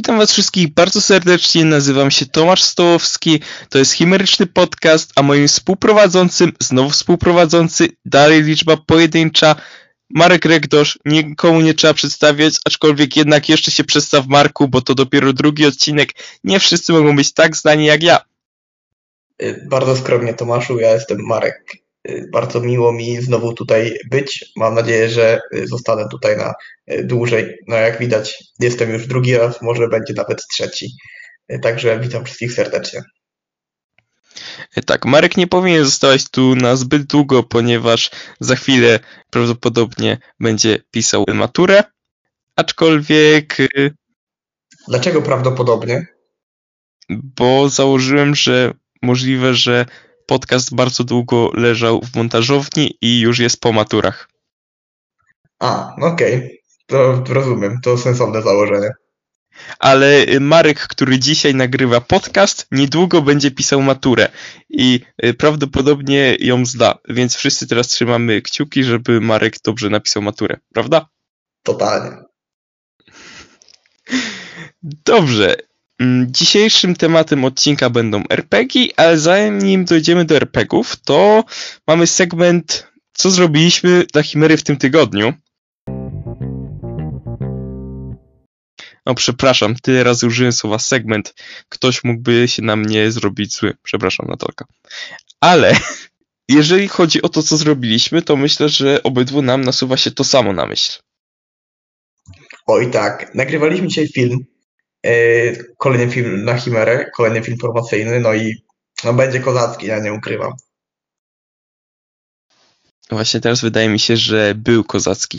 Witam was wszystkich bardzo serdecznie, nazywam się Tomasz Stołowski, to jest Chimeryczny Podcast, a moim znowu współprowadzący, dalej liczba pojedyncza, Marek Regdosz. Nikomu nie trzeba przedstawiać, aczkolwiek jednak jeszcze się przedstaw, Marku, bo to dopiero drugi odcinek, nie wszyscy mogą być tak znani jak ja. Bardzo skromnie, Tomaszu, ja jestem Marek. Bardzo miło mi znowu tutaj być. Mam nadzieję, że zostanę tutaj na dłużej. No jak widać, jestem już drugi raz, może będzie nawet trzeci. Także witam wszystkich serdecznie. Tak, Marek nie powinien zostawać tu na zbyt długo, ponieważ za chwilę prawdopodobnie będzie pisał maturę, aczkolwiek... Dlaczego prawdopodobnie? Bo założyłem, że możliwe, że podcast bardzo długo leżał w montażowni i już jest po maturach. Okej. To rozumiem, to sensowne założenie. Ale Marek, który dzisiaj nagrywa podcast, niedługo będzie pisał maturę i prawdopodobnie ją zda, więc wszyscy teraz trzymamy kciuki, żeby Marek dobrze napisał maturę, prawda? Totalnie. Dobrze. Dzisiejszym tematem odcinka będą RPG, ale zanim dojdziemy do RPGów, to mamy segment co zrobiliśmy dla Chimery w tym tygodniu. No przepraszam, tyle razy użyłem słowa segment. Ktoś mógłby się na mnie zrobić zły. Przepraszam, Natalka. Ale jeżeli chodzi o to, co zrobiliśmy, to myślę, że obydwu nam nasuwa się to samo na myśl. Oj tak, nagrywaliśmy dzisiaj film. Kolejny film na Chimerę, kolejny film formacyjny, no i będzie kozacki, ja nie ukrywam. Właśnie teraz wydaje mi się, że był kozacki.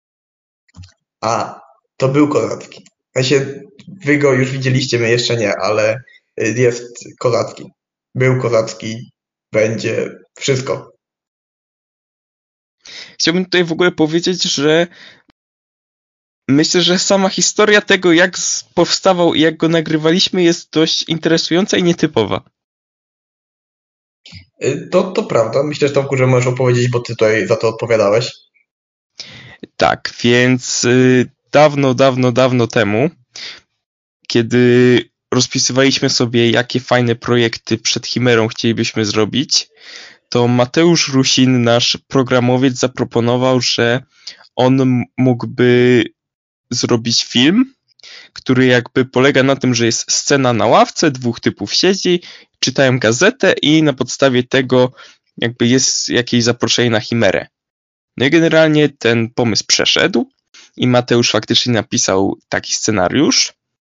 To był kozacki. Wy go już widzieliście, my jeszcze nie, ale jest kozacki. Był kozacki, będzie wszystko. Chciałbym tutaj w ogóle powiedzieć, że myślę, że sama historia tego, jak powstawał i jak go nagrywaliśmy, jest dość interesująca i nietypowa. To prawda. Myślę, że Tomku, że możesz opowiedzieć, bo ty tutaj za to odpowiadałeś. Tak, więc dawno temu, kiedy rozpisywaliśmy sobie, jakie fajne projekty przed Chimerą chcielibyśmy zrobić, to Mateusz Rusin, nasz programowiec, zaproponował, że on mógłby zrobić film, który jakby polega na tym, że jest scena na ławce, dwóch typów siedzi, czytają gazetę i na podstawie tego jakby jest jakieś zaproszenie na Chimerę. No i generalnie ten pomysł przeszedł i Mateusz faktycznie napisał taki scenariusz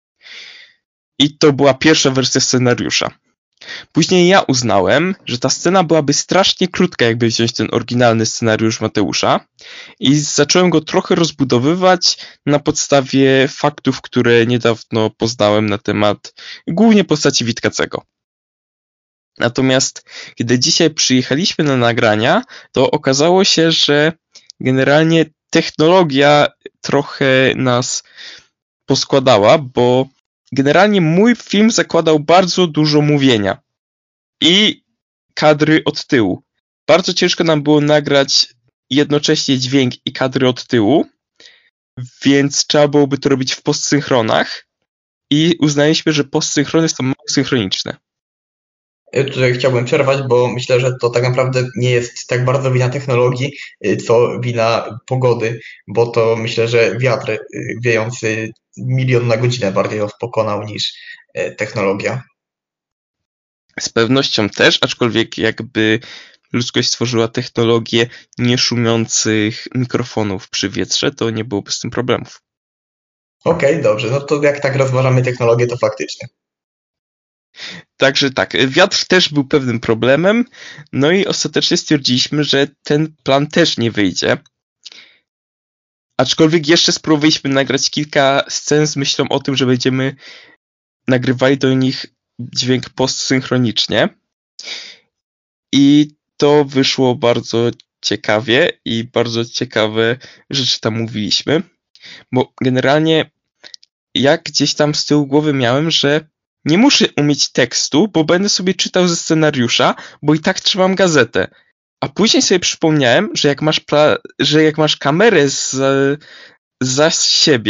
i to była pierwsza wersja scenariusza. Później ja uznałem, że ta scena byłaby strasznie krótka, jakby wziąć ten oryginalny scenariusz Mateusza i zacząłem go trochę rozbudowywać na podstawie faktów, które niedawno poznałem na temat głównie postaci Witkacego. Natomiast kiedy dzisiaj przyjechaliśmy na nagrania, to okazało się, że generalnie technologia trochę nas poskładała, bo generalnie mój film zakładał bardzo dużo mówienia i kadry od tyłu. Bardzo ciężko nam było nagrać jednocześnie dźwięk i kadry od tyłu, więc trzeba byłoby to robić w postsynchronach i uznaliśmy, że postsynchrony są mało synchroniczne. Tutaj chciałbym przerwać, bo myślę, że to tak naprawdę nie jest tak bardzo wina technologii, co wina pogody, bo to myślę, że wiatr wiejący 1 milion na godzinę bardziej nas pokonał niż technologia. Z pewnością też, aczkolwiek jakby ludzkość stworzyła technologię nieszumiących mikrofonów przy wietrze, to nie byłoby z tym problemów. Okej, dobrze, no to jak tak rozważamy technologię, to faktycznie. Także tak, wiatr też był pewnym problemem, no i ostatecznie stwierdziliśmy, że ten plan też nie wyjdzie. Aczkolwiek jeszcze spróbowaliśmy nagrać kilka scen z myślą o tym, że będziemy nagrywali do nich dźwięk postsynchronicznie. I to wyszło bardzo ciekawie i bardzo ciekawe rzeczy tam mówiliśmy, bo generalnie ja gdzieś tam z tyłu głowy miałem, że nie muszę umieć tekstu, bo będę sobie czytał ze scenariusza, bo i tak trzymam gazetę. A później sobie przypomniałem, że jak masz kamerę za siebie,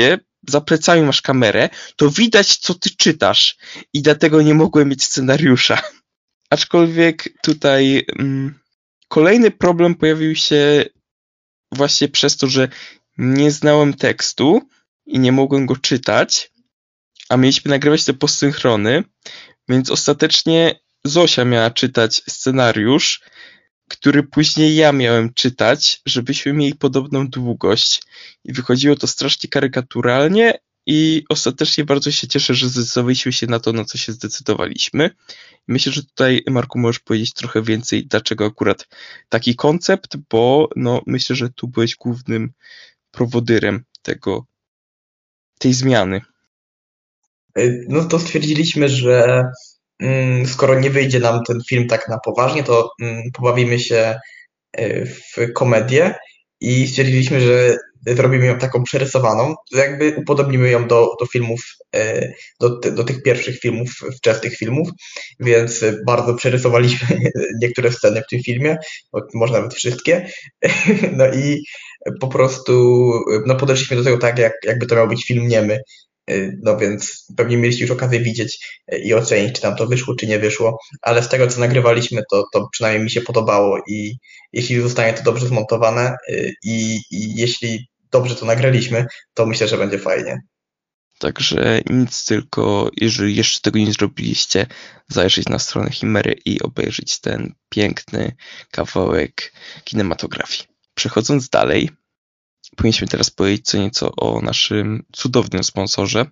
za plecami masz kamerę, to widać, co ty czytasz i dlatego nie mogłem mieć scenariusza. Aczkolwiek tutaj kolejny problem pojawił się właśnie przez to, że nie znałem tekstu i nie mogłem go czytać, a mieliśmy nagrywać te postsynchrony, więc ostatecznie Zosia miała czytać scenariusz, który później ja miałem czytać, żebyśmy mieli podobną długość. I wychodziło to strasznie karykaturalnie i ostatecznie bardzo się cieszę, że zdecydowaliśmy się na to, na co się zdecydowaliśmy. I myślę, że tutaj, Marku, możesz powiedzieć trochę więcej, dlaczego akurat taki koncept, bo myślę, że tu byłeś głównym prowodyrem tej zmiany. No to stwierdziliśmy, że skoro nie wyjdzie nam ten film tak na poważnie, to pobawimy się w komedię i stwierdziliśmy, że zrobimy ją taką przerysowaną, jakby upodobnimy ją do filmów, do tych pierwszych filmów, wczesnych filmów, więc bardzo przerysowaliśmy niektóre sceny w tym filmie, może nawet wszystkie, no i po prostu podeszliśmy do tego tak, jakby to miał być film niemy. No więc pewnie mieliście już okazję widzieć i ocenić, czy nam to wyszło, czy nie wyszło, ale z tego, co nagrywaliśmy, to przynajmniej mi się podobało i jeśli zostanie to dobrze zmontowane i jeśli dobrze to nagraliśmy, to myślę, że będzie fajnie. Także nic, tylko jeżeli jeszcze tego nie zrobiliście, zajrzeć na stronę Chimery i obejrzeć ten piękny kawałek kinematografii. Przechodząc dalej, powinniśmy teraz powiedzieć co nieco o naszym cudownym sponsorze.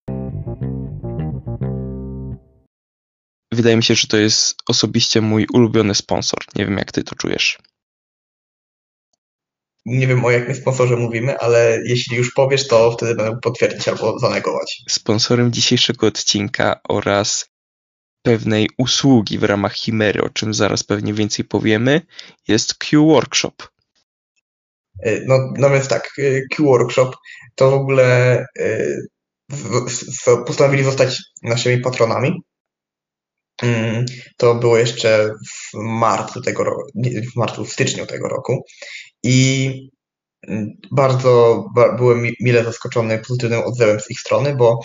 Wydaje mi się, że to jest osobiście mój ulubiony sponsor. Nie wiem, jak ty to czujesz. Nie wiem, o jakim sponsorze mówimy, ale jeśli już powiesz, to wtedy będę potwierdzić albo zanegować. Sponsorem dzisiejszego odcinka oraz pewnej usługi w ramach Chimery, o czym zaraz pewnie więcej powiemy, jest Q-Workshop. No więc tak, Q-Workshop to w ogóle postanowili zostać naszymi patronami. To było jeszcze w styczniu tego roku i bardzo byłem mile zaskoczony pozytywnym odzewem z ich strony, bo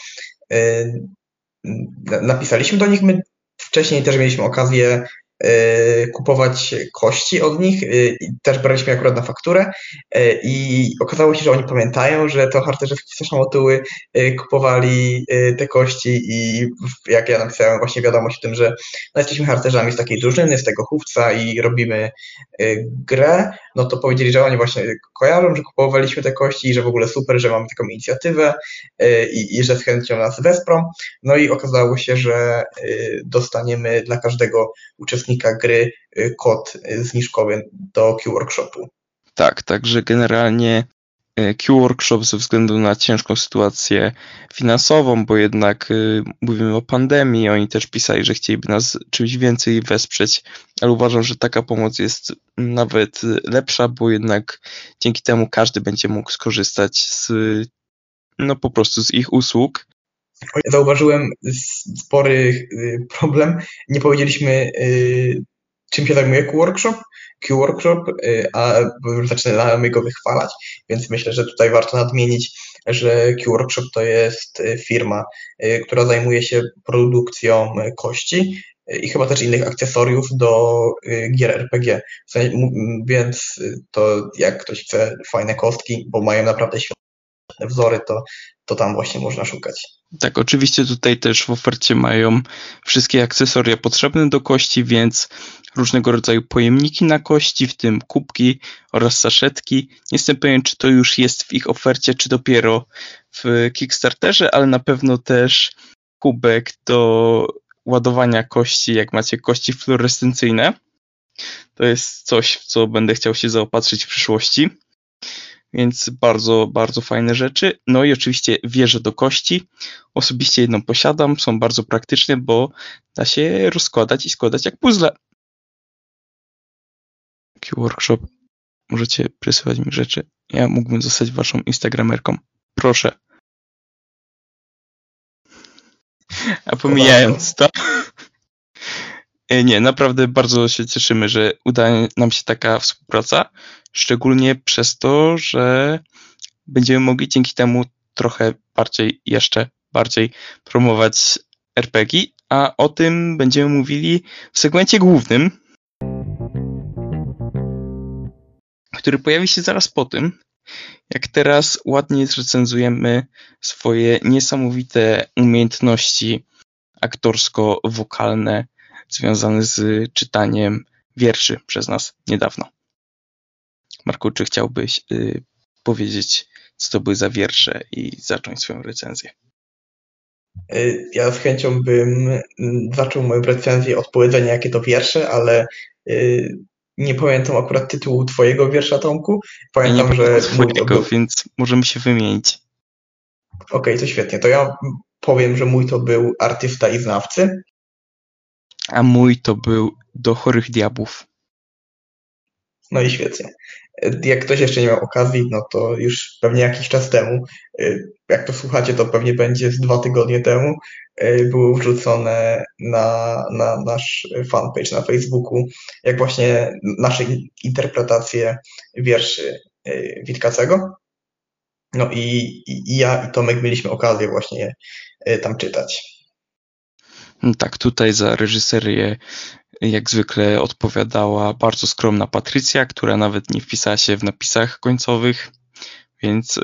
napisaliśmy do nich, my wcześniej też mieliśmy okazję kupować kości od nich i też braliśmy akurat na fakturę i okazało się, że oni pamiętają, że to harcerzewscy szamotuły kupowali te kości i jak ja napisałem właśnie wiadomość o tym, że jesteśmy harcerzami z takiej drużyny, z tego chówca i robimy grę, no to powiedzieli, że oni właśnie kojarzą, że kupowaliśmy te kości i że w ogóle super, że mamy taką inicjatywę i że z chęcią nas wesprą. No i okazało się, że dostaniemy dla każdego uczestnika gry kod zniżkowy do Q-Workshopu. Tak, także generalnie Q-Workshop ze względu na ciężką sytuację finansową, bo jednak mówimy o pandemii, oni też pisali, że chcieliby nas czymś więcej wesprzeć, ale uważam, że taka pomoc jest nawet lepsza, bo jednak dzięki temu każdy będzie mógł skorzystać po prostu z ich usług. Zauważyłem spory problem. Nie powiedzieliśmy, czym się zajmuje Q-Workshop, a zaczynamy go wychwalać, więc myślę, że tutaj warto nadmienić, że Q-Workshop to jest firma, która zajmuje się produkcją kości i chyba też innych akcesoriów do gier RPG. Więc to jak ktoś chce fajne kostki, bo mają naprawdę świetne wzory, to tam właśnie można szukać. Tak, oczywiście tutaj też w ofercie mają wszystkie akcesoria potrzebne do kości, więc różnego rodzaju pojemniki na kości, w tym kubki oraz saszetki. Nie jestem pewien, czy to już jest w ich ofercie, czy dopiero w Kickstarterze, ale na pewno też kubek do ładowania kości, jak macie kości fluorescencyjne. To jest coś, w co będę chciał się zaopatrzyć w przyszłości. Więc bardzo, bardzo fajne rzeczy. No i oczywiście wieże do kości. Osobiście jedną posiadam. Są bardzo praktyczne, bo da się rozkładać i składać jak puzzle. Q-Workshop. Możecie przesyłać mi rzeczy. Ja mógłbym zostać waszą instagramerką. Proszę. A pomijając to... Nie, naprawdę bardzo się cieszymy, że uda nam się taka współpraca. Szczególnie przez to, że będziemy mogli dzięki temu trochę bardziej, jeszcze bardziej promować RPG, a o tym będziemy mówili w segmencie głównym, który pojawi się zaraz po tym, jak teraz ładnie zrecenzujemy swoje niesamowite umiejętności aktorsko-wokalne związane z czytaniem wierszy przez nas niedawno. Marku, czy chciałbyś powiedzieć, co to były za wiersze i zacząć swoją recenzję? Ja z chęcią bym zaczął moją recenzję od powiedzenia, jakie to wiersze, ale nie pamiętam akurat tytułu twojego wiersza, Tomku. Pamiętam, że mój to był... Więc możemy się wymienić. Okej, to świetnie. To ja powiem, że mój to był Artysta i znawcy. A mój to był Do chorych diabłów. No i świetnie. Jak ktoś jeszcze nie miał okazji, no to już pewnie jakiś czas temu, jak to słuchacie, to pewnie będzie z 2 tygodnie temu, było wrzucone na nasz fanpage na Facebooku, jak właśnie nasze interpretacje wierszy Witkacego. No i ja i Tomek mieliśmy okazję właśnie tam czytać. Tak, tutaj za reżyserię jak zwykle odpowiadała bardzo skromna Patrycja, która nawet nie wpisała się w napisach końcowych, więc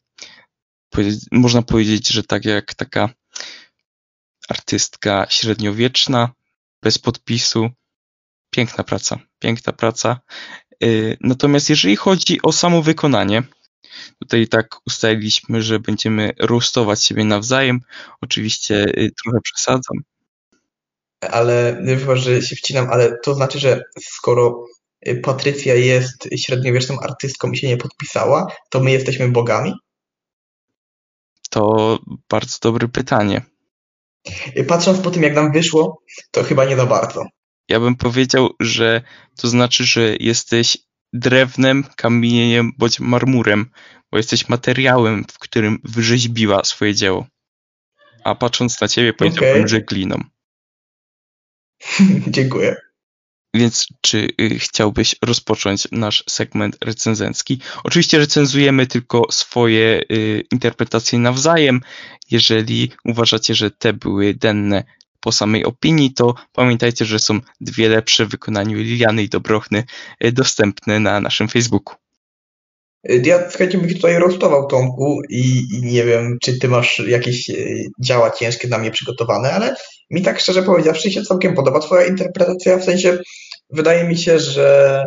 można powiedzieć, że tak jak taka artystka średniowieczna, bez podpisu, piękna praca. Natomiast jeżeli chodzi o samo wykonanie, tutaj tak ustaliliśmy, że będziemy roastować siebie nawzajem, oczywiście trochę przesadzam. Ale wybacz, że się wcinam, ale to znaczy, że skoro Patrycja jest średniowieczną artystką i się nie podpisała, to my jesteśmy bogami? To bardzo dobre pytanie. Patrząc po tym, jak nam wyszło, to chyba nie za bardzo. Ja bym powiedział, że to znaczy, że jesteś drewnem, kamieniem bądź marmurem, bo jesteś materiałem, w którym wyrzeźbiła swoje dzieło. A patrząc na ciebie, powiedziałbym, że gliną. Dziękuję. Więc czy chciałbyś rozpocząć nasz segment recenzencki? Oczywiście recenzujemy tylko swoje interpretacje nawzajem. Jeżeli uważacie, że te były denne po samej opinii, to pamiętajcie, że są 2 lepsze w wykonaniu Liliany i Dobrochny dostępne na naszym Facebooku. Ja z chęcią bych tutaj roastował, Tomku, i nie wiem, czy ty masz jakieś działa ciężkie dla mnie przygotowane, ale mi tak szczerze powiedziawszy się całkiem podoba twoja interpretacja, w sensie wydaje mi się, że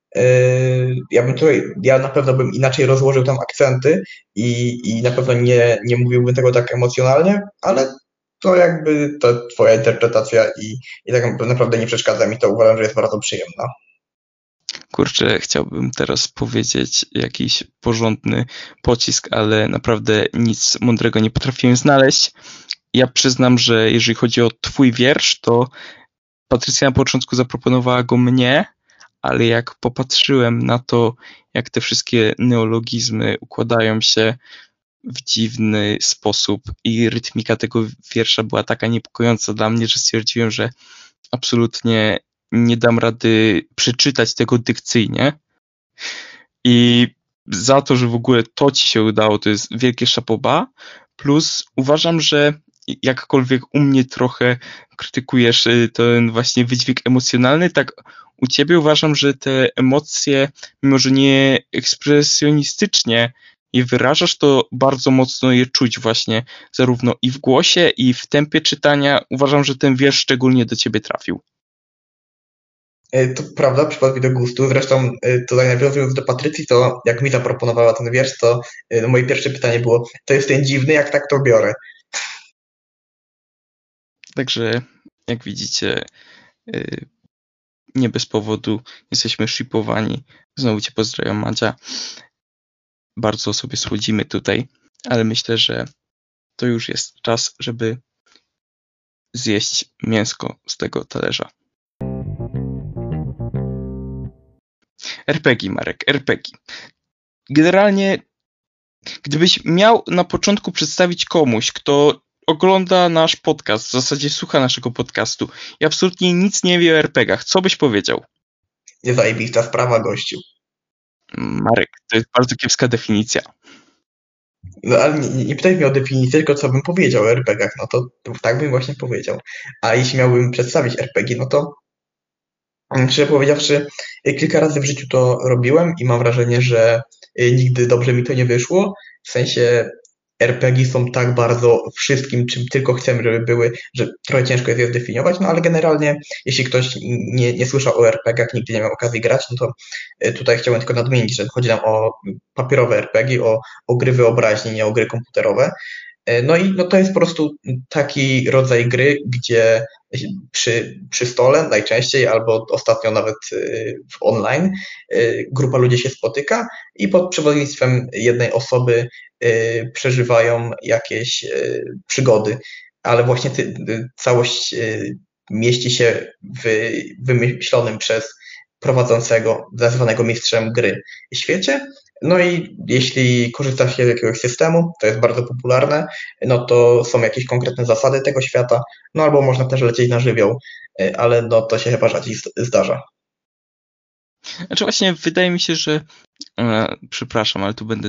ja na pewno bym inaczej rozłożył tam akcenty i na pewno nie mówiłbym tego tak emocjonalnie, ale to jakby to twoja interpretacja i tak naprawdę nie przeszkadza mi, to uważam, że jest bardzo przyjemna. Kurczę, chciałbym teraz powiedzieć jakiś porządny pocisk, ale naprawdę nic mądrego nie potrafiłem znaleźć. Ja przyznam, że jeżeli chodzi o twój wiersz, to Patrycja na początku zaproponowała go mnie, ale jak popatrzyłem na to, jak te wszystkie neologizmy układają się w dziwny sposób i rytmika tego wiersza była taka niepokojąca dla mnie, że stwierdziłem, że absolutnie nie dam rady przeczytać tego dykcyjnie. I za to, że w ogóle to ci się udało, to jest wielkie chapeau. Plus uważam, że jakkolwiek u mnie trochę krytykujesz ten właśnie wydźwięk emocjonalny, tak u ciebie uważam, że te emocje, mimo że nie ekspresjonistycznie je wyrażasz, to bardzo mocno je czuć właśnie zarówno i w głosie, i w tempie czytania. Uważam, że ten wiersz szczególnie do ciebie trafił. To prawda, przypadł mi do gustu. Zresztą tutaj nawiązując do Patrycji, to jak mi zaproponowała ten wiersz, to moje pierwsze pytanie było, to jest ten dziwny, jak tak to biorę. Także jak widzicie, nie bez powodu jesteśmy shipowani. Znowu cię pozdrawiam, Madzia. Bardzo sobie słodzimy tutaj, ale myślę, że to już jest czas, żeby zjeść mięsko z tego talerza. RPG, Marek, RPG. Generalnie, gdybyś miał na początku przedstawić komuś, kto ogląda nasz podcast, w zasadzie słucha naszego podcastu i absolutnie nic nie wie o RPGach, co byś powiedział? Nie zajebista sprawa, gościu. Marek, to jest bardzo kiepska definicja. No ale nie pytaj mnie o definicję, tylko co bym powiedział o RPG-ach, no to tak bym właśnie powiedział. A jeśli miałbym przedstawić RPG, no to szczerze powiedziawszy, kilka razy w życiu to robiłem i mam wrażenie, że nigdy dobrze mi to nie wyszło. W sensie RPG są tak bardzo wszystkim, czym tylko chcemy, żeby były, że trochę ciężko jest je zdefiniować, no ale generalnie, jeśli ktoś nie słyszał o RPG-ach, nigdy nie miał okazji grać, no to tutaj chciałbym tylko nadmienić, że chodzi nam o papierowe RPG, o gry wyobraźni, nie o gry komputerowe. No i no to jest po prostu taki rodzaj gry, gdzie przy stole najczęściej, albo ostatnio nawet w online, grupa ludzi się spotyka i pod przewodnictwem jednej osoby przeżywają jakieś przygody, ale właśnie całość mieści się w wymyślonym przez prowadzącego, nazywanego mistrzem gry świecie. No i jeśli korzysta się z jakiegoś systemu, to jest bardzo popularne, no to są jakieś konkretne zasady tego świata, no albo można też lecieć na żywioł, ale no to się chyba rzadziej zdarza. Znaczy właśnie wydaje mi się, że przepraszam, ale tu będę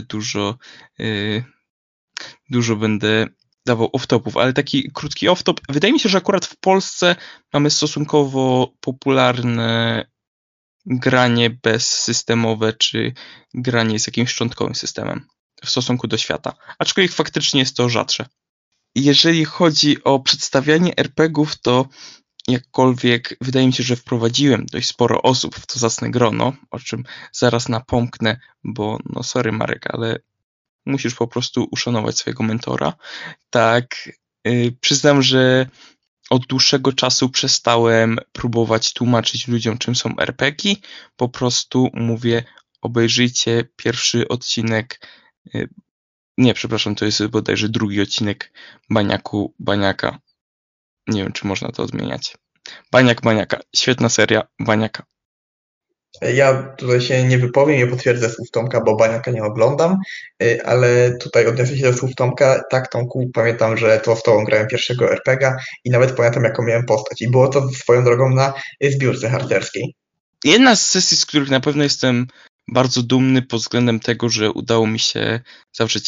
dużo będę dawał off-topów, ale taki krótki off-top. Wydaje mi się, że akurat w Polsce mamy stosunkowo popularne granie bezsystemowe, czy granie z jakimś szczątkowym systemem w stosunku do świata. Aczkolwiek faktycznie jest to rzadsze. Jeżeli chodzi o przedstawianie RPG-ów, to jakkolwiek wydaje mi się, że wprowadziłem dość sporo osób w to zacne grono, o czym zaraz napomknę, bo no sorry Marek, ale musisz po prostu uszanować swojego mentora. Tak, przyznam, że od dłuższego czasu przestałem próbować tłumaczyć ludziom, czym są RPG. Po prostu mówię, obejrzyjcie pierwszy odcinek, nie, przepraszam, to jest bodajże drugi odcinek Baniaka. Nie wiem, czy można to odmieniać. Baniaka. Świetna seria Baniaka. Ja tutaj się nie wypowiem, nie potwierdzę słów Tomka, bo Baniaka nie oglądam, ale tutaj odniosę się do słów Tomka. Tak, Tomku, pamiętam, że to z tobą grałem pierwszego RPG-a i nawet pamiętam, jaką miałem postać. I było to swoją drogą na zbiórce harcerskiej. Jedna z sesji, z których na pewno jestem bardzo dumny pod względem tego, że udało mi się zawrzeć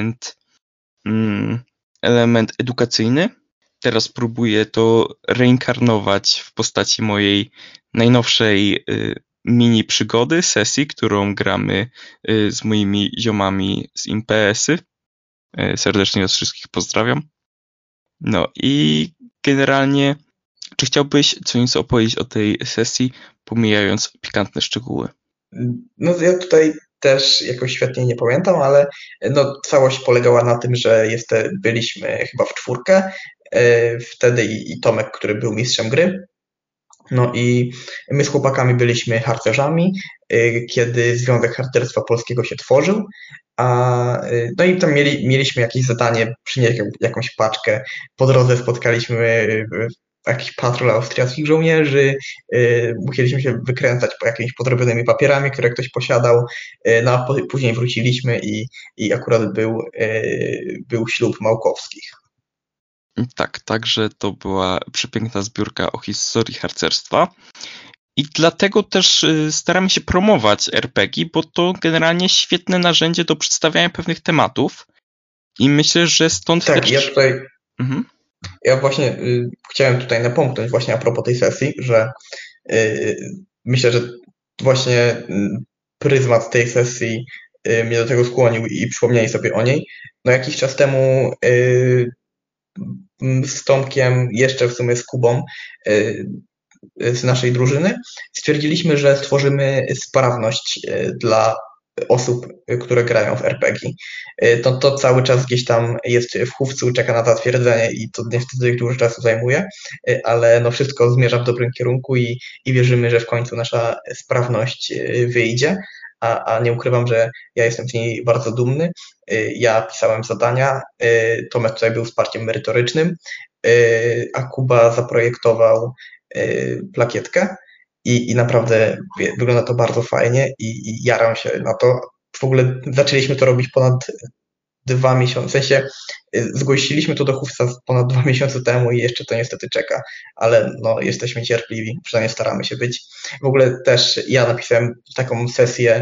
element edukacyjny. Teraz próbuję to reinkarnować w postaci mojej najnowszej mini przygody, sesji, którą gramy z moimi ziomami z IMPS-y. Serdecznie was wszystkich pozdrawiam. No i generalnie, czy chciałbyś co nieco opowiedzieć o tej sesji, pomijając pikantne szczegóły? No ja tutaj też jakoś świetnie nie pamiętam, ale no, całość polegała na tym, że byliśmy chyba w czwórkę, wtedy i Tomek, który był mistrzem gry. No i my z chłopakami byliśmy harcerzami, kiedy Związek Harcerstwa Polskiego się tworzył, no i tam mieliśmy jakieś zadanie, przynieść jakąś paczkę. Po drodze spotkaliśmy jakiś patrol austriackich żołnierzy, musieliśmy się wykręcać po jakimiś podrobionymi papierami, które ktoś posiadał, no a później wróciliśmy i akurat był ślub Małkowskich. Tak, także to była przepiękna zbiórka o historii harcerstwa. I dlatego też staramy się promować RPG, bo to generalnie świetne narzędzie do przedstawiania pewnych tematów. I myślę, że stąd tak, też... ja tutaj... Ja właśnie chciałem tutaj napomknąć właśnie a propos tej sesji, że myślę, że właśnie pryzmat tej sesji mnie do tego skłonił i przypomnieli sobie o niej. No jakiś czas temu z Tomkiem, jeszcze w sumie z Kubą z naszej drużyny, stwierdziliśmy, że stworzymy sprawność dla osób, które grają w RPG. To cały czas gdzieś tam jest w chówcu, czeka na zatwierdzenie i to niestety dużo czasu zajmuje, ale no wszystko zmierza w dobrym kierunku i wierzymy, że w końcu nasza sprawność wyjdzie, a nie ukrywam, że ja jestem z niej bardzo dumny. Ja pisałem zadania, Tomek tutaj był wsparciem merytorycznym, a Kuba zaprojektował plakietkę i naprawdę wygląda to bardzo fajnie i jaram się na to. W ogóle zaczęliśmy to robić ponad 2 miesiące, w sensie zgłosiliśmy to do chówca ponad 2 miesiące temu i jeszcze to niestety czeka, ale no jesteśmy cierpliwi, przynajmniej staramy się być. W ogóle też ja napisałem taką sesję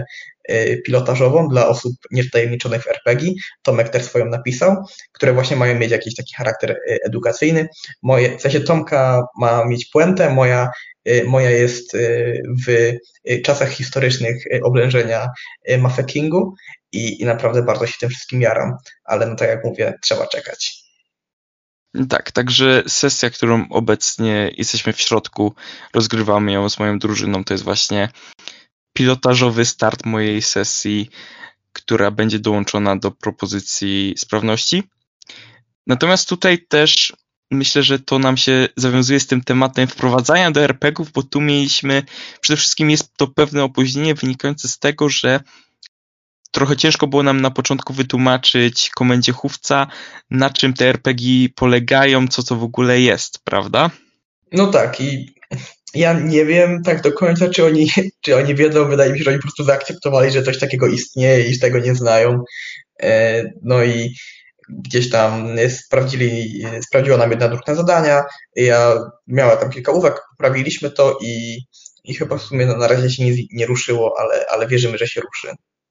pilotażową dla osób niewtajemniczonych w RPG. Tomek też swoją napisał, które właśnie mają mieć jakiś taki charakter edukacyjny. W sensie Tomka ma mieć puentę, moja jest w czasach historycznych oblężenia Mafekingu i naprawdę bardzo się tym wszystkim jaram, ale no tak jak mówię, trzeba czekać. Tak, także sesja, którą obecnie jesteśmy w środku, rozgrywamy ją z moją drużyną, to jest właśnie pilotażowy start mojej sesji, która będzie dołączona do propozycji sprawności. Natomiast tutaj też myślę, że to nam się zawiązuje z tym tematem wprowadzania do RPG-ów, bo tu mieliśmy, przede wszystkim jest to pewne opóźnienie wynikające z tego, że trochę ciężko było nam na początku wytłumaczyć komendzie chówca, na czym te RPG polegają, co to w ogóle jest, prawda? No tak, i ja nie wiem tak do końca, czy oni wiedzą. Wydaje mi się, że oni po prostu zaakceptowali, że coś takiego istnieje i że tego nie znają. No i gdzieś tam sprawdziła nam jedna druga zadania. Ja miała tam kilka uwag, poprawiliśmy to i chyba w sumie na razie się nic nie ruszyło, ale wierzymy, że się ruszy.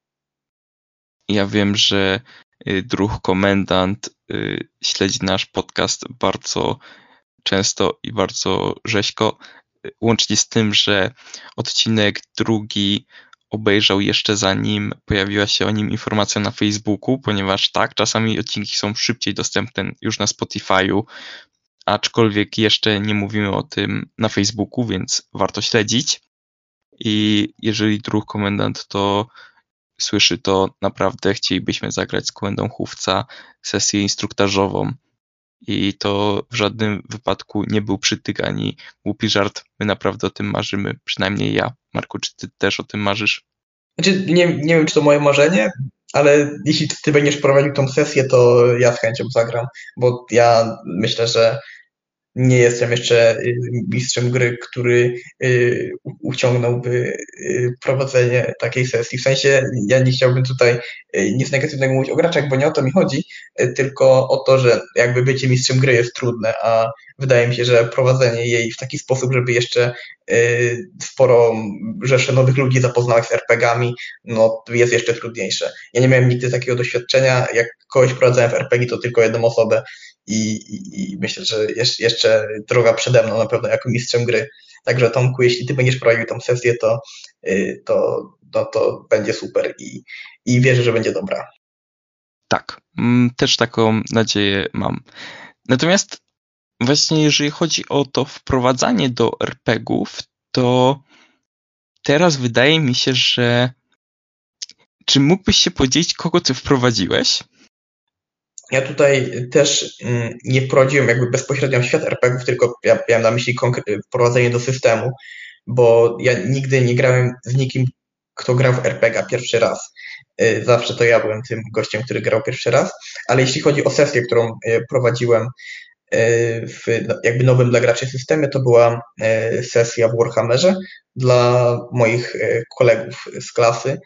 Ja wiem, że druh komendant śledzi nasz podcast bardzo często i bardzo rzeźko, łącznie z tym, że odcinek drugi obejrzał jeszcze zanim pojawiła się o nim informacja na Facebooku, ponieważ tak, czasami odcinki są szybciej dostępne już na Spotify'u, aczkolwiek jeszcze nie mówimy o tym na Facebooku, więc warto śledzić. I jeżeli druh komendant to słyszy, to naprawdę chcielibyśmy zagrać z komendą chówca sesję instruktażową. I to w żadnym wypadku nie był przytyk ani głupi żart. My naprawdę o tym marzymy, przynajmniej ja. Marku, czy ty też o tym marzysz? Znaczy, nie wiem, czy to moje marzenie, ale jeśli ty będziesz prowadził tą sesję, to ja z chęcią zagram, bo ja myślę, że nie jestem jeszcze mistrzem gry, który uciągnąłby prowadzenie takiej sesji. W sensie ja nie chciałbym tutaj nic negatywnego mówić o graczach, bo nie o to mi chodzi, tylko o to, że jakby bycie mistrzem gry jest trudne, a wydaje mi się, że prowadzenie jej w taki sposób, żeby jeszcze sporo rzeszy nowych ludzi zapoznawać z RPG-ami, no jest jeszcze trudniejsze. Ja nie miałem nigdy takiego doświadczenia. Jak kogoś prowadzałem w RPG, to tylko jedną osobę. I myślę, że jeszcze droga przede mną na pewno jako mistrzem gry. Także Tomku, jeśli ty będziesz prowadził tą sesję, to będzie super i wierzę, że będzie dobra. Tak, też taką nadzieję mam. Natomiast właśnie jeżeli chodzi o to wprowadzanie do RPG-ów, to teraz wydaje mi się, że czy mógłbyś się podzielić, kogo ty wprowadziłeś? Ja tutaj też nie wprowadziłem jakby bezpośrednio w świat RPG-ów, tylko ja miałem na myśli wprowadzenie do systemu, bo ja nigdy nie grałem z nikim, kto grał w RPG pierwszy raz. Zawsze to ja byłem tym gościem, który grał pierwszy raz, ale jeśli chodzi o sesję, którą prowadziłem w jakby nowym dla graczy systemie, to była sesja w Warhammerze dla moich kolegów z klasy.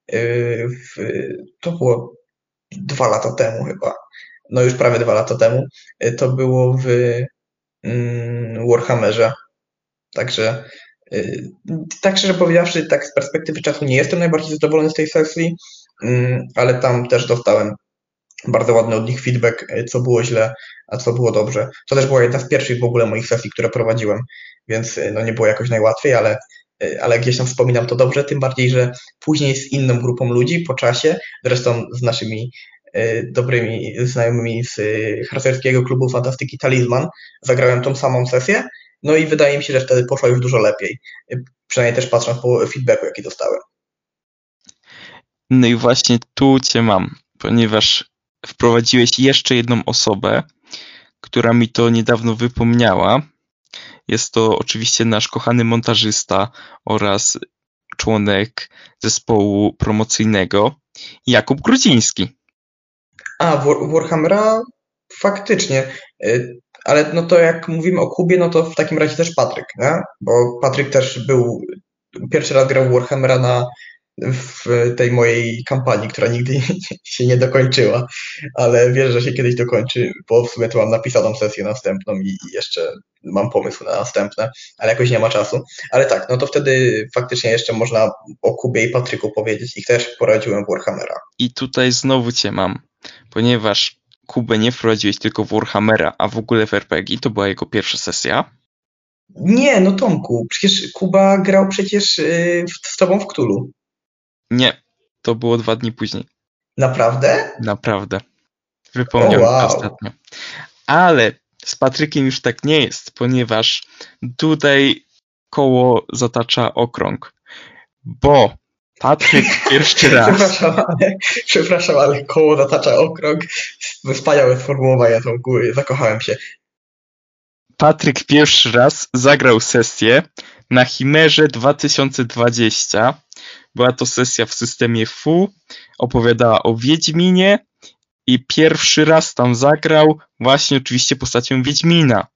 To było 2 lata temu chyba. No już prawie 2 lata temu. To było w Warhammerze. Także tak szczerze powiedziawszy, tak z perspektywy czasu nie jestem najbardziej zadowolony z tej sesji, ale tam też dostałem bardzo ładny od nich feedback, co było źle, a co było dobrze. To też była jedna z pierwszych w ogóle moich sesji, które prowadziłem, więc no nie było jakoś najłatwiej, ale gdzieś tam wspominam to dobrze, tym bardziej, że później z inną grupą ludzi po czasie, zresztą z naszymi dobrymi znajomymi z harcerskiego klubu Fantastyki Talizman, zagrałem tą samą sesję, no i wydaje mi się, że wtedy poszło już dużo lepiej, przynajmniej też patrząc po feedbacku, jaki dostałem. No i właśnie tu cię mam, ponieważ wprowadziłeś jeszcze jedną osobę, która mi to niedawno wypomniała. Jest to oczywiście nasz kochany montażysta oraz członek zespołu promocyjnego Jakub Grudziński. A, Warhammera faktycznie, ale no to jak mówimy o Kubie, no to w takim razie też Patryk, nie? Bo Patryk też był, pierwszy raz grał w Warhammera w tej mojej kampanii, która nigdy się nie dokończyła, ale wierzę, że się kiedyś dokończy, bo w sumie tu mam napisaną sesję następną i jeszcze mam pomysł na następne, ale jakoś nie ma czasu. Ale tak, no to wtedy faktycznie jeszcze można o Kubie i Patryku powiedzieć. Ich też prowadziłem w Warhammera. I tutaj znowu cię mam, ponieważ Kubę nie wprowadziłeś tylko w Warhammera, a w ogóle w RPG, to była jego pierwsza sesja. Nie, no Tomku, przecież Kuba grał przecież z tobą w Cthulhu. Nie, to było 2 dni później. Naprawdę? Naprawdę. Wypomniał mi to ostatnio. Ale z Patrykiem już tak nie jest, ponieważ tutaj koło zatacza okrąg. Bo Patryk pierwszy raz... Przepraszam, ale koło zatacza okrąg. Wspaniałe sformułowanie, Tomku, zakochałem się. Patryk pierwszy raz zagrał sesję na Chimerze 2020. Była to sesja w systemie FU, opowiadała o Wiedźminie i pierwszy raz tam zagrał właśnie oczywiście postacią Wiedźmina.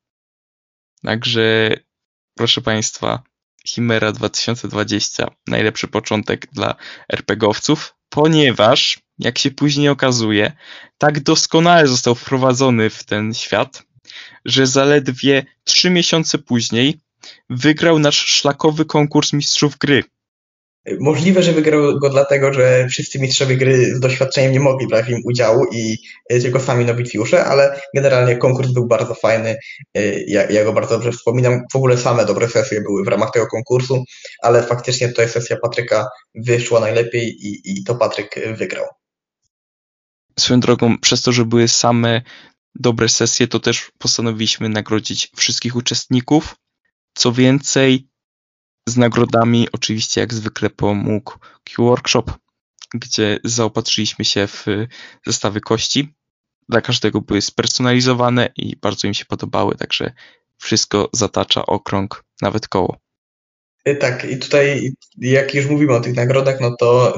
Także proszę Państwa, Chimera 2020 najlepszy początek dla RPGowców, ponieważ, jak się później okazuje, tak doskonale został wprowadzony w ten świat, że zaledwie 3 miesiące później wygrał nasz szlakowy konkurs mistrzów gry. Możliwe, że wygrał go dlatego, że wszyscy mistrzowie gry z doświadczeniem nie mogli brać w nim udziału i tylko sami nowicjusze, ale generalnie konkurs był bardzo fajny. Ja go bardzo dobrze wspominam. W ogóle same dobre sesje były w ramach tego konkursu, ale faktycznie tutaj sesja Patryka wyszła najlepiej i to Patryk wygrał. Swoją drogą, przez to, że były same dobre sesje, to też postanowiliśmy nagrodzić wszystkich uczestników. Co więcej, z nagrodami oczywiście jak zwykle pomógł Q-Workshop, gdzie zaopatrzyliśmy się w zestawy kości. Dla każdego były spersonalizowane i bardzo im się podobały, także wszystko zatacza okrąg, nawet koło. Tak, i tutaj jak już mówimy o tych nagrodach, no to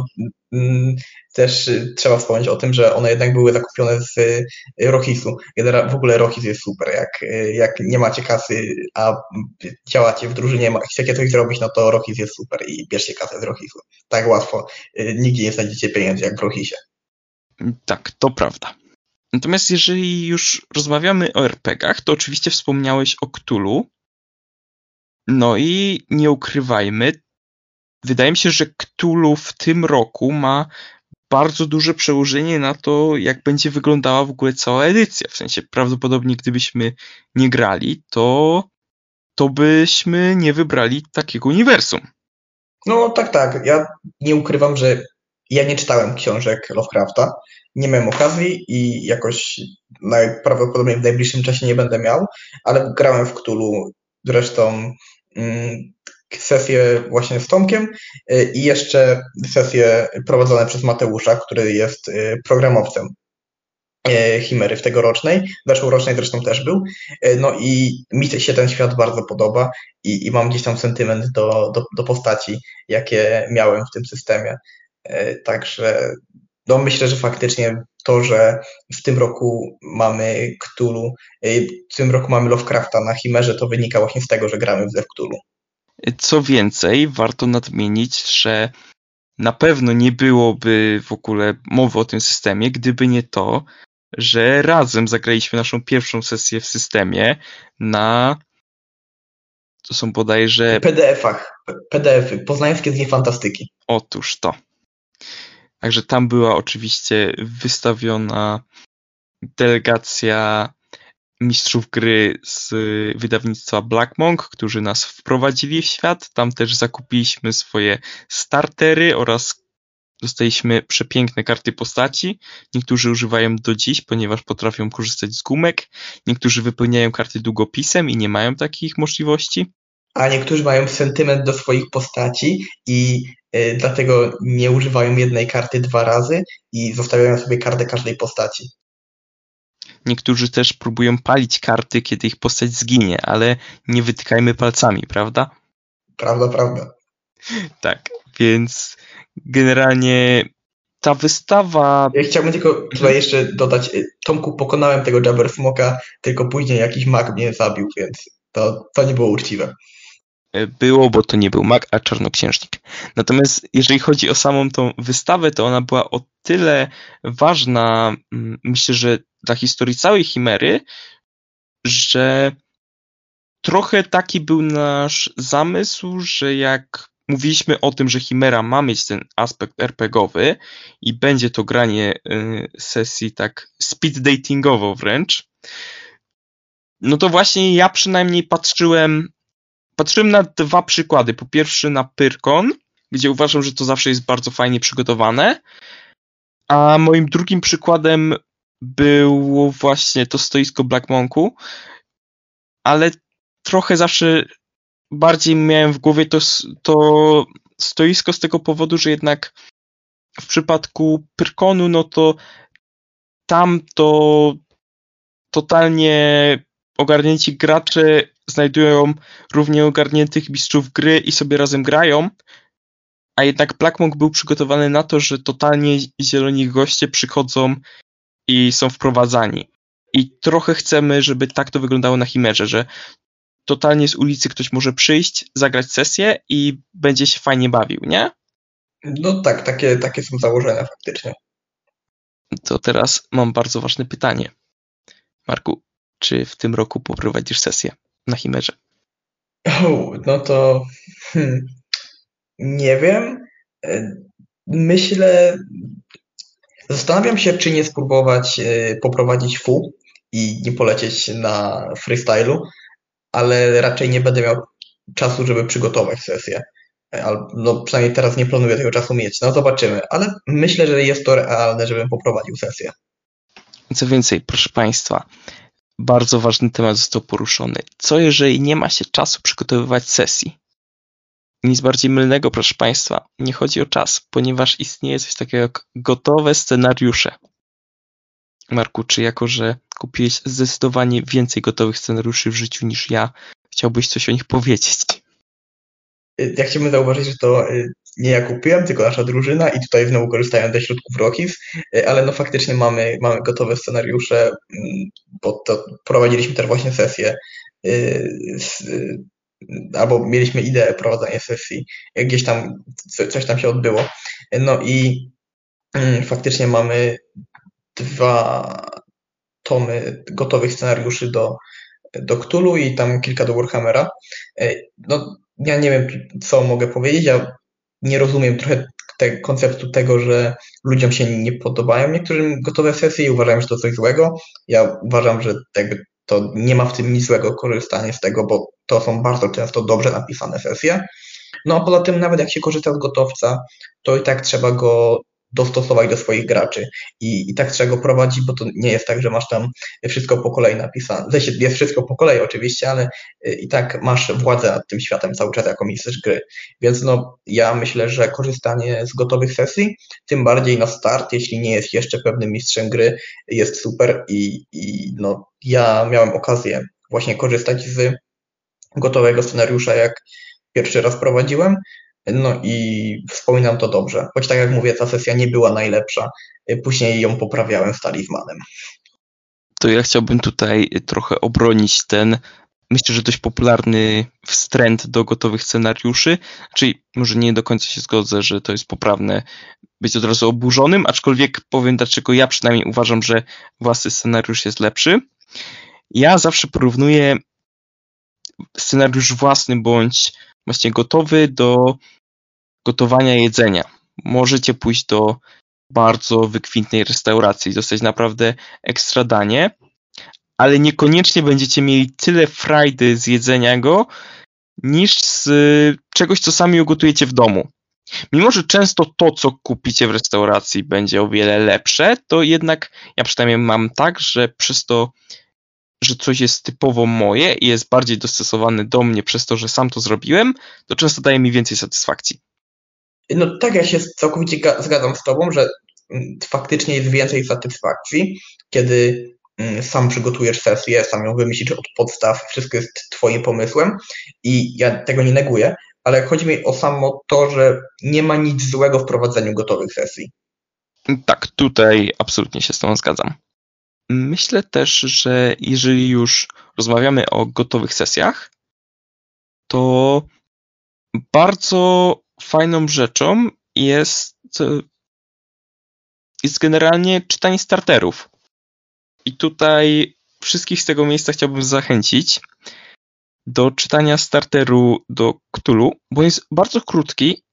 też trzeba wspomnieć o tym, że one jednak były zakupione z Rochisu. W ogóle Rochis jest super. Jak nie macie kasy, a działacie w drużynie, chcecie coś zrobić, no to Rochis jest super i bierzcie kasę z Rochisu. Tak łatwo. Nigdzie nie znajdziecie pieniędzy jak w Rochisie. Tak, to prawda. Natomiast jeżeli już rozmawiamy o RPG-ach, to oczywiście wspomniałeś o Cthulhu. No i nie ukrywajmy, wydaje mi się, że Cthulhu w tym roku ma bardzo duże przełożenie na to, jak będzie wyglądała w ogóle cała edycja. W sensie prawdopodobnie gdybyśmy nie grali, to byśmy nie wybrali takiego uniwersum. No tak. Ja nie ukrywam, że ja nie czytałem książek Lovecrafta. Nie miałem okazji i jakoś najprawdopodobniej w najbliższym czasie nie będę miał, ale grałem w Cthulhu. Zresztą sesje właśnie z Tomkiem i jeszcze sesje prowadzone przez Mateusza, który jest programowcem Chimery w tegorocznej, zeszłorocznej zresztą też był. No i mi się ten świat bardzo podoba i mam gdzieś tam sentyment do postaci, jakie miałem w tym systemie. Także no myślę, że faktycznie to, że w tym roku mamy Cthulhu, w tym roku mamy Lovecrafta na Chimerze, to wynika właśnie z tego, że gramy w Cthulhu. Co więcej, warto nadmienić, że na pewno nie byłoby w ogóle mowy o tym systemie, gdyby nie to, że razem zagraliśmy naszą pierwszą sesję w systemie to są bodajże... PDF-y, poznańskie dni fantastyki. Otóż to. Także tam była oczywiście wystawiona delegacja mistrzów gry z wydawnictwa Black Monk, którzy nas wprowadzili w świat. Tam też zakupiliśmy swoje startery oraz dostaliśmy przepiękne karty postaci. Niektórzy używają do dziś, ponieważ potrafią korzystać z gumek. Niektórzy wypełniają karty długopisem i nie mają takich możliwości. A niektórzy mają sentyment do swoich postaci i dlatego nie używają jednej karty 2 razy i zostawiają sobie kartę każdej postaci. Niektórzy też próbują palić karty, kiedy ich postać zginie, ale nie wytykajmy palcami, prawda? Prawda. Tak, więc generalnie ta wystawa... Ja chciałbym tylko tutaj jeszcze dodać, Tomku, pokonałem tego Jabbersmoka, tylko później jakiś mag mnie zabił, więc to nie było uczciwe. było, bo to nie był mag, a czarnoksiężnik. Natomiast jeżeli chodzi o samą tą wystawę, to ona była o tyle ważna, myślę, że dla historii całej Chimery, że trochę taki był nasz zamysł, że jak mówiliśmy o tym, że Chimera ma mieć ten aspekt RPGowy i będzie to granie sesji tak speed datingowo wręcz, no to właśnie ja przynajmniej patrzyłem na dwa przykłady. Po pierwsze na Pyrkon, gdzie uważam, że to zawsze jest bardzo fajnie przygotowane, a moim drugim przykładem było właśnie to stoisko Black Monku, ale trochę zawsze bardziej miałem w głowie to stoisko z tego powodu, że jednak w przypadku Pyrkonu, no to tam to totalnie ogarnięci gracze znajdują równie ogarniętych mistrzów gry i sobie razem grają, a jednak Black Monk był przygotowany na to, że totalnie zieloni goście przychodzą i są wprowadzani. I trochę chcemy, żeby tak to wyglądało na Chimerze, że totalnie z ulicy ktoś może przyjść, zagrać sesję i będzie się fajnie bawił, nie? No tak, takie są założenia faktycznie. To teraz mam bardzo ważne pytanie. Marku, czy w tym roku poprowadzisz sesję na Chimerze? No to nie wiem. Myślę, zastanawiam się, czy nie spróbować poprowadzić FU i nie polecieć na freestylu, ale raczej nie będę miał czasu, żeby przygotować sesję. No przynajmniej teraz nie planuję tego czasu mieć. No zobaczymy, ale myślę, że jest to realne, żebym poprowadził sesję. Co więcej, proszę Państwa, bardzo ważny temat został poruszony. Co jeżeli nie ma się czasu przygotowywać sesji? Nic bardziej mylnego, proszę Państwa, nie chodzi o czas, ponieważ istnieje coś takiego jak gotowe scenariusze. Marku, czy jako, że kupiłeś zdecydowanie więcej gotowych scenariuszy w życiu niż ja, chciałbyś coś o nich powiedzieć? Ja chciałbym zauważyć, że to nie ja kupiłem, tylko nasza drużyna i tutaj znowu korzystają ze środków Rockies, ale no faktycznie mamy gotowe scenariusze, bo to prowadziliśmy też właśnie sesję, albo mieliśmy ideę prowadzenia sesji, gdzieś tam coś tam się odbyło. No i faktycznie mamy 2 tomy gotowych scenariuszy do Cthulhu i tam kilka do Warhammera. No, ja nie wiem, co mogę powiedzieć. Ja nie rozumiem trochę konceptu tego, że ludziom się nie podobają niektórym gotowe sesje i uważają, że to coś złego. Ja uważam, że jakby to nie ma w tym nic złego korzystanie z tego, bo to są bardzo często dobrze napisane sesje. No a poza tym nawet jak się korzysta z gotowca, to i tak trzeba go dostosować do swoich graczy i tak trzeba go prowadzić, bo to nie jest tak, że masz tam wszystko po kolei napisane. Jest wszystko po kolei oczywiście, ale i tak masz władzę nad tym światem cały czas jako mistrz gry. Więc no ja myślę, że korzystanie z gotowych sesji, tym bardziej na start, jeśli nie jest jeszcze pewnym mistrzem gry, jest super i no ja miałem okazję właśnie korzystać z gotowego scenariusza, jak pierwszy raz prowadziłem, no i wspominam to dobrze. Choć tak jak mówię, ta sesja nie była najlepsza. Później ją poprawiałem z talizmanem. To ja chciałbym tutaj trochę obronić ten, myślę, że dość popularny wstręt do gotowych scenariuszy. Czyli może nie do końca się zgodzę, że to jest poprawne być od razu oburzonym, aczkolwiek powiem, dlaczego ja przynajmniej uważam, że własny scenariusz jest lepszy. Ja zawsze porównuję scenariusz własny bądź właśnie gotowy do gotowania jedzenia. Możecie pójść do bardzo wykwintnej restauracji i dostać naprawdę ekstra danie, ale niekoniecznie będziecie mieli tyle frajdy z jedzenia go, niż z czegoś, co sami ugotujecie w domu. Mimo że często to, co kupicie w restauracji, będzie o wiele lepsze, to jednak ja przynajmniej mam tak, że przez to, że coś jest typowo moje i jest bardziej dostosowane do mnie przez to, że sam to zrobiłem, to często daje mi więcej satysfakcji. No tak, ja się całkowicie zgadzam z Tobą, że faktycznie jest więcej satysfakcji, kiedy sam przygotujesz sesję, sam ją wymyślisz od podstaw, wszystko jest Twoim pomysłem i ja tego nie neguję, ale chodzi mi o samo to, że nie ma nic złego w prowadzeniu gotowych sesji. Tak, tutaj absolutnie się z Tobą zgadzam. Myślę też, że jeżeli już rozmawiamy o gotowych sesjach, to Bardzo fajną rzeczą jest generalnie czytanie starterów. I tutaj wszystkich z tego miejsca chciałbym zachęcić do czytania starteru do Cthulhu, bo jest bardzo krótki,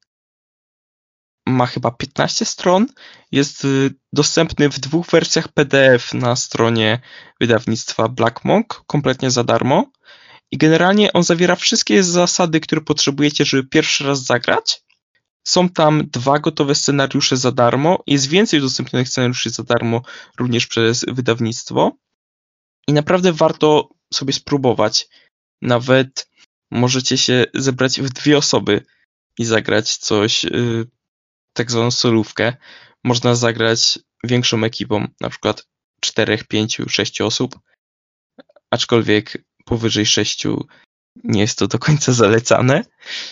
ma chyba 15 stron, jest dostępny w 2 wersjach PDF na stronie wydawnictwa Black Monk, kompletnie za darmo. I generalnie on zawiera wszystkie zasady, które potrzebujecie, żeby pierwszy raz zagrać. Są tam 2 gotowe scenariusze za darmo. Jest więcej udostępnionych scenariuszy za darmo również przez wydawnictwo. I naprawdę warto sobie spróbować. Nawet możecie się zebrać w 2 osoby i zagrać coś, tak zwaną solówkę. Można zagrać większą ekipą, na przykład 4, 5, 6 osób. Aczkolwiek powyżej 6 nie jest to do końca zalecane.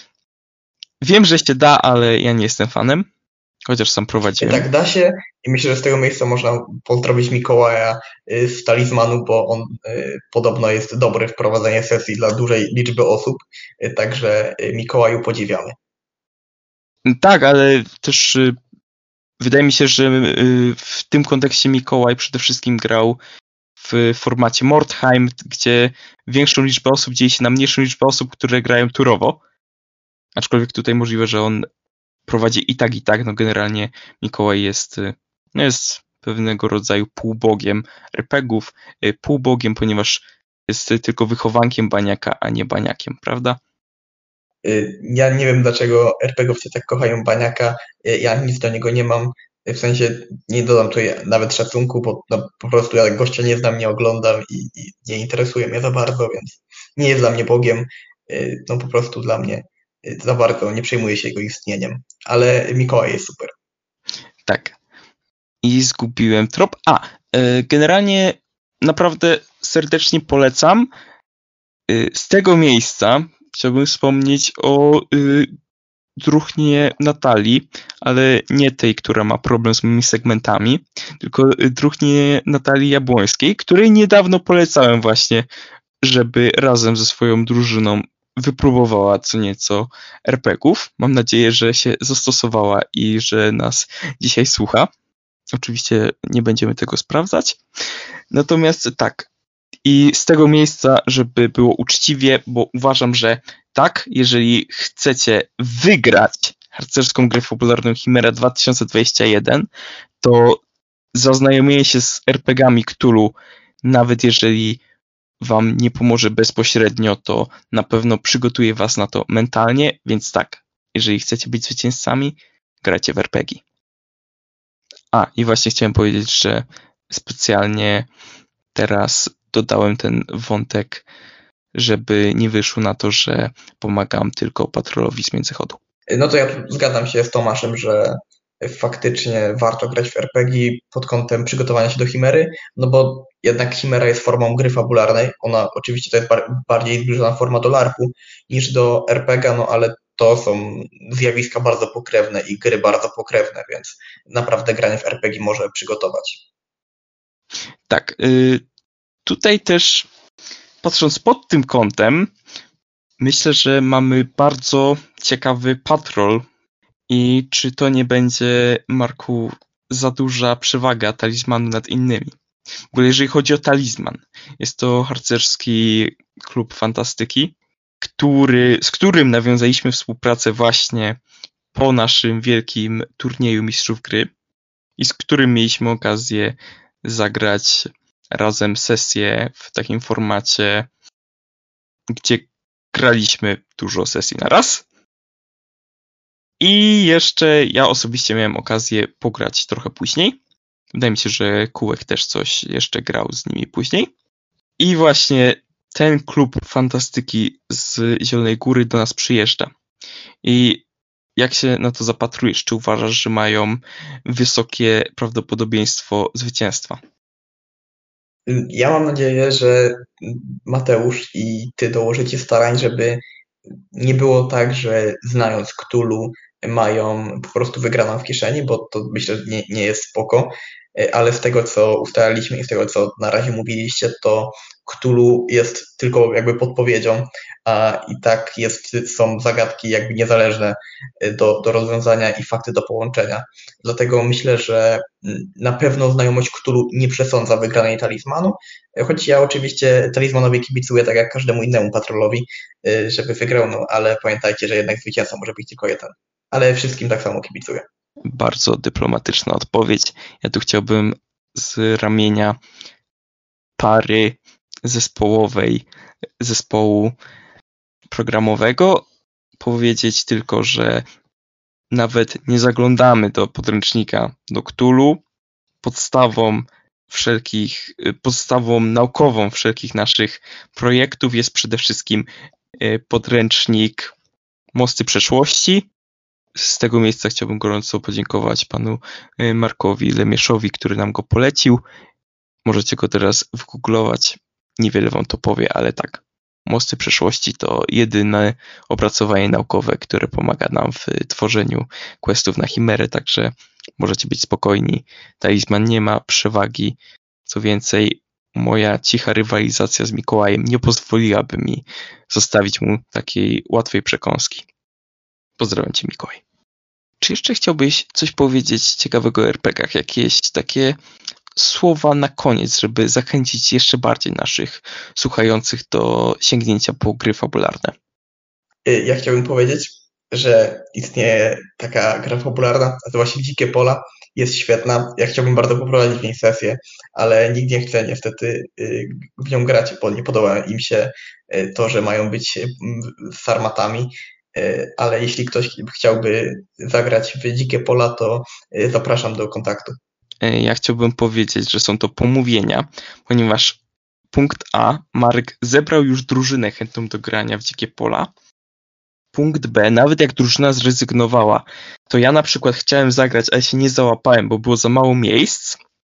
Wiem, że się da, ale ja nie jestem fanem, chociaż sam prowadziłem. Tak, da się i myślę, że z tego miejsca można pozdrowić Mikołaja z Talizmanu, bo on podobno jest dobry w prowadzeniu sesji dla dużej liczby osób, także Mikołaju podziwiamy. Tak, ale też wydaje mi się, że w tym kontekście Mikołaj przede wszystkim grał w formacie Mordheim, gdzie większą liczbę osób dzieje się na mniejszą liczbę osób, które grają turowo. Aczkolwiek tutaj możliwe, że on prowadzi i tak. No generalnie Mikołaj jest pewnego rodzaju półbogiem RPGów. Półbogiem, ponieważ jest tylko wychowankiem baniaka, a nie baniakiem, prawda? Ja nie wiem, dlaczego RPGowcy tak kochają baniaka. Ja nic do niego nie mam. W sensie nie dodam tutaj nawet szacunku, bo no, po prostu ja gościa nie znam, nie oglądam i nie interesuje mnie za bardzo, więc nie jest dla mnie Bogiem. No po prostu dla mnie za bardzo nie przejmuję się jego istnieniem. Ale Mikołaj jest super. Tak. I zgubiłem trop. Generalnie naprawdę serdecznie polecam. Z tego miejsca chciałbym wspomnieć o druhnie Natalii, ale nie tej, która ma problem z moimi segmentami, tylko druhnie Natalii Jabłońskiej, której niedawno polecałem właśnie, żeby razem ze swoją drużyną wypróbowała co nieco RPG-ów. Mam nadzieję, że się zastosowała i że nas dzisiaj słucha. Oczywiście nie będziemy tego sprawdzać. Natomiast tak, i z tego miejsca, żeby było uczciwie, bo uważam, że tak, jeżeli chcecie wygrać harcerską grę fabularną Chimera 2021, to zaznajomienie się z RPG-ami Cthulhu, nawet jeżeli wam nie pomoże bezpośrednio, to na pewno przygotuje was na to mentalnie, więc tak, jeżeli chcecie być zwycięzcami, grajcie w RPG. I właśnie chciałem powiedzieć, że specjalnie teraz dodałem ten wątek, żeby nie wyszło na to, że pomagam tylko patrolowi z Międzychodu. No to ja tu zgadzam się z Tomaszem, że faktycznie warto grać w RPG pod kątem przygotowania się do Chimery, no bo jednak Chimera jest formą gry fabularnej. Ona oczywiście to jest bardziej zbliżona forma do LARP-u niż do RPG, no ale to są zjawiska bardzo pokrewne i gry bardzo pokrewne, więc naprawdę granie w RPG może przygotować. Tak, tutaj też patrząc pod tym kątem, myślę, że mamy bardzo ciekawy patrol i czy to nie będzie, Marku, za duża przewaga talizmanu nad innymi. W ogóle jeżeli chodzi o talizman, jest to harcerski klub fantastyki, z którym nawiązaliśmy współpracę właśnie po naszym wielkim turnieju Mistrzów Gry i z którym mieliśmy okazję zagrać razem sesję w takim formacie, gdzie graliśmy dużo sesji na raz. I jeszcze ja osobiście miałem okazję pograć trochę później. Wydaje mi się, że Kółek też coś jeszcze grał z nimi później. I właśnie ten klub fantastyki z Zielonej Góry do nas przyjeżdża. I jak się na to zapatrujesz? Czy uważasz, że mają wysokie prawdopodobieństwo zwycięstwa? Ja mam nadzieję, że Mateusz i ty dołożycie starań, żeby nie było tak, że znając Cthulhu mają po prostu wygraną w kieszeni, bo to myślę, że nie jest spoko. ale z tego, co ustaliliśmy i z tego, co na razie mówiliście, to Cthulhu jest tylko jakby podpowiedzią, a i tak są zagadki jakby niezależne do rozwiązania i fakty do połączenia. Dlatego myślę, że na pewno znajomość Cthulhu nie przesądza wygranej talizmanu, choć ja oczywiście talizmanowi kibicuję tak jak każdemu innemu patrolowi, żeby wygrał, no ale pamiętajcie, że jednak zwycięzcą może być tylko jeden. Ale wszystkim tak samo kibicuję. Bardzo dyplomatyczna odpowiedź. Ja tu chciałbym z ramienia pary zespołu programowego powiedzieć tylko, że nawet nie zaglądamy do podręcznika do Cthulhu. Podstawą naukową wszelkich naszych projektów jest przede wszystkim podręcznik Mosty Przeszłości. Z tego miejsca chciałbym gorąco podziękować panu Markowi Lemieszowi, który nam go polecił. Możecie go teraz wygooglować. Niewiele wam to powie, ale tak. Mosty Przeszłości to jedyne opracowanie naukowe, które pomaga nam w tworzeniu questów na Chimerę, także możecie być spokojni. Talizman nie ma przewagi. Co więcej, moja cicha rywalizacja z Mikołajem nie pozwoliłaby mi zostawić mu takiej łatwej przekąski. Pozdrawiam cię, Mikołaj. Czy jeszcze chciałbyś coś powiedzieć ciekawego o RPG-ach? Jakieś takie słowa na koniec, żeby zachęcić jeszcze bardziej naszych słuchających do sięgnięcia po gry fabularne? Ja chciałbym powiedzieć, że istnieje taka gra fabularna, nazywa się Dzikie Pola, jest świetna. Ja chciałbym bardzo poprowadzić w niej sesję, ale nikt nie chce niestety w nią grać, bo nie podoba im się to, że mają być sarmatami. Ale jeśli ktoś chciałby zagrać w Dzikie Pola, to zapraszam do kontaktu. Ja chciałbym powiedzieć, że są to pomówienia, ponieważ punkt A, Marek zebrał już drużynę chętną do grania w Dzikie Pola. Punkt B, nawet jak drużyna zrezygnowała, to ja na przykład chciałem zagrać, ale się nie załapałem, bo było za mało miejsc.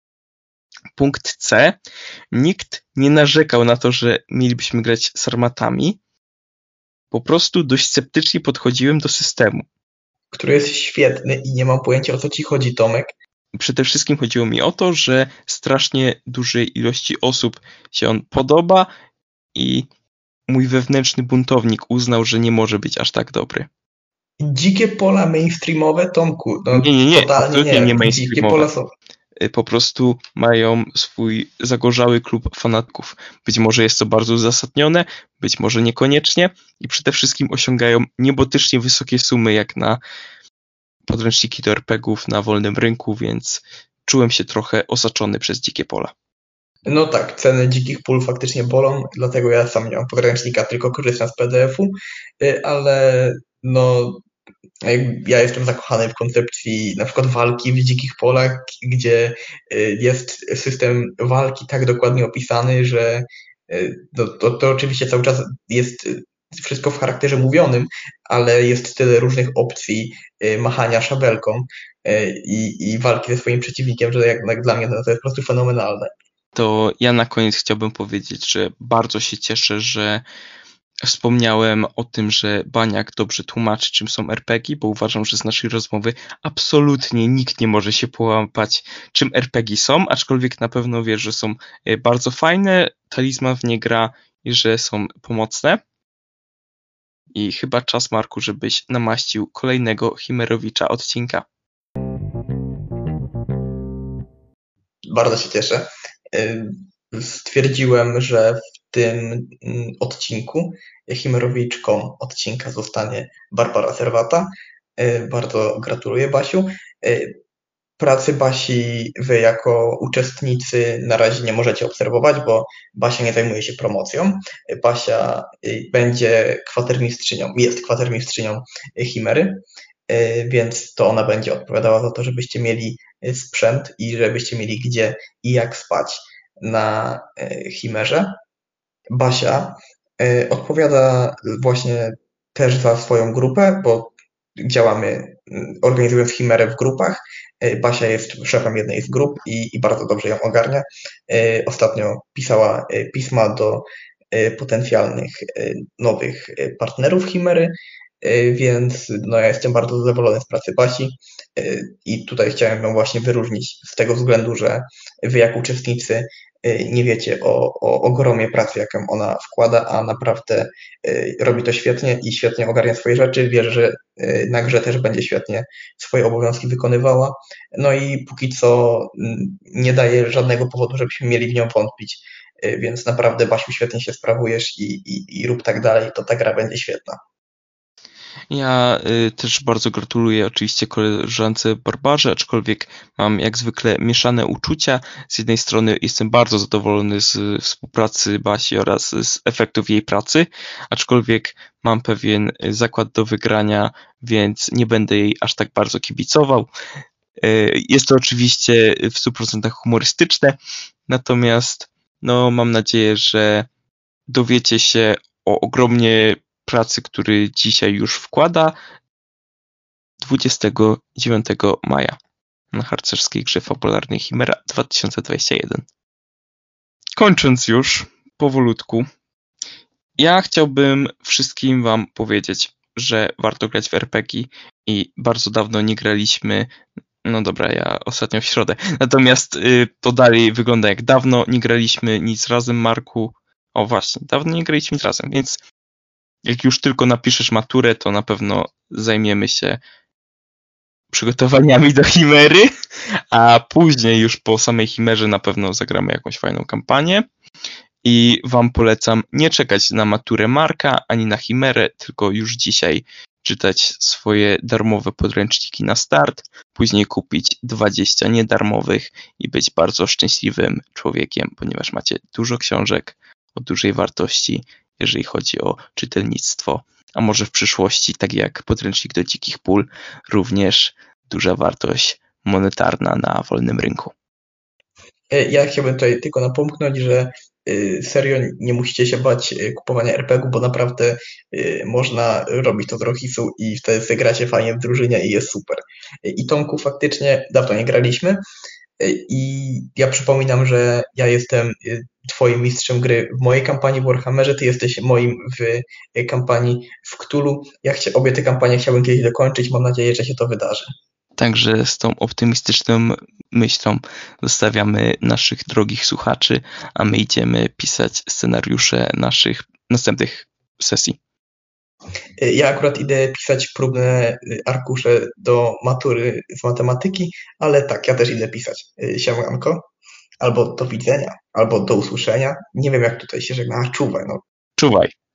Punkt C, nikt nie narzekał na to, że mielibyśmy grać sarmatami. Po prostu dość sceptycznie podchodziłem do systemu. Który jest świetny i nie mam pojęcia, o co ci chodzi, Tomek. Przede wszystkim chodziło mi o to, że strasznie dużej ilości osób się on podoba i mój wewnętrzny buntownik uznał, że nie może być aż tak dobry. Dzikie Pola mainstreamowe, Tomku? No, Nie, totalnie absolutnie nie mainstreamowe. Dzikie Pola są... Po prostu mają swój zagorzały klub fanatyków. Być może jest to bardzo uzasadnione, być może niekoniecznie i przede wszystkim osiągają niebotycznie wysokie sumy jak na podręczniki do RPG-ów na wolnym rynku, więc czułem się trochę osaczony przez Dzikie Pola. No tak, ceny Dzikich Pól faktycznie bolą, dlatego ja sam nie mam podręcznika, tylko korzystam z PDF-u, ale no ja jestem zakochany w koncepcji na przykład walki w Dzikich Polach, gdzie jest system walki tak dokładnie opisany, że to oczywiście cały czas jest wszystko w charakterze mówionym, ale jest tyle różnych opcji machania szabelką i walki ze swoim przeciwnikiem, że jak dla mnie to jest po prostu fenomenalne. To ja na koniec chciałbym powiedzieć, że bardzo się cieszę, że wspomniałem o tym, że Baniak dobrze tłumaczy, czym są RPG, bo uważam, że z naszej rozmowy absolutnie nikt nie może się połapać, czym RPG są, aczkolwiek na pewno wie, że są bardzo fajne, talizman w nie gra i że są pomocne. I chyba czas, Marku, żebyś namaścił kolejnego Chimerowicza odcinka. Bardzo się cieszę. Stwierdziłem, że w tym odcinku Chimerowiczką odcinka zostanie Barbara Serwata. Bardzo gratuluję, Basiu. Pracy Basi wy jako uczestnicy na razie nie możecie obserwować, bo Basia nie zajmuje się promocją. Basia będzie kwatermistrzynią, jest kwatermistrzynią Chimery, więc to ona będzie odpowiadała za to, żebyście mieli sprzęt i żebyście mieli gdzie i jak spać na Chimerze. Basia odpowiada właśnie też za swoją grupę, bo działamy, organizując Chimerę w grupach. Basia jest szefem jednej z grup i bardzo dobrze ją ogarnia. Ostatnio pisała pisma do potencjalnych nowych partnerów Chimery więc no, ja jestem bardzo zadowolony z pracy Basi i tutaj chciałem ją właśnie wyróżnić z tego względu, że wy jak uczestnicy nie wiecie o ogromie pracy, jaką ona wkłada, a naprawdę robi to świetnie i świetnie ogarnia swoje rzeczy. Wierzę, że na grze też będzie świetnie swoje obowiązki wykonywała. No i póki co nie daje żadnego powodu, żebyśmy mieli w nią wątpić. Więc naprawdę, Basiu, świetnie się sprawujesz i rób tak dalej, to ta gra będzie świetna. Ja też bardzo gratuluję oczywiście koleżance Barbarze, aczkolwiek mam jak zwykle mieszane uczucia. Z jednej strony jestem bardzo zadowolony z współpracy Basi oraz z efektów jej pracy, aczkolwiek mam pewien zakład do wygrania, więc nie będę jej aż tak bardzo kibicował. Jest to oczywiście w 100% humorystyczne, natomiast no, mam nadzieję, że dowiecie się o ogromnie pracy, który dzisiaj już wkłada 29 maja na harcerskiej grze fabularnej Chimera 2021. Kończąc już powolutku, ja chciałbym wszystkim wam powiedzieć, że warto grać w RPG i bardzo dawno nie graliśmy. No dobra, ja ostatnio w środę. Natomiast to dalej wygląda jak dawno nie graliśmy nic razem, Marku. O właśnie, dawno nie graliśmy nic razem, więc jak już tylko napiszesz maturę, to na pewno zajmiemy się przygotowaniami do Chimery, a później już po samej Chimerze na pewno zagramy jakąś fajną kampanię. I wam polecam nie czekać na maturę Marka, ani na Chimerę, tylko już dzisiaj czytać swoje darmowe podręczniki na start, później kupić 20 niedarmowych i być bardzo szczęśliwym człowiekiem, ponieważ macie dużo książek o dużej wartości, jeżeli chodzi o czytelnictwo, a może w przyszłości, tak jak podręcznik do dzikich pól, również duża wartość monetarna na wolnym rynku. Ja chciałbym tutaj tylko napomknąć, że serio nie musicie się bać kupowania RPG-u, bo naprawdę można robić to z Rochisu i wtedy zagracie fajnie w drużynie i jest super. I Tomku, faktycznie dawno nie graliśmy i ja przypominam, że ja jestem twoim mistrzem gry w mojej kampanii w Warhammerze, ty jesteś moim w kampanii w Cthulhu. Obie te kampanie chciałbym kiedyś dokończyć, mam nadzieję, że się to wydarzy. Także z tą optymistyczną myślą zostawiamy naszych drogich słuchaczy, a my idziemy pisać scenariusze naszych następnych sesji. Ja akurat idę pisać próbne arkusze do matury z matematyki, ale tak, ja też idę pisać. Siemanko, albo do widzenia, albo do usłyszenia. Nie wiem, jak tutaj się żegna. Czuwaj, no. Czuwaj.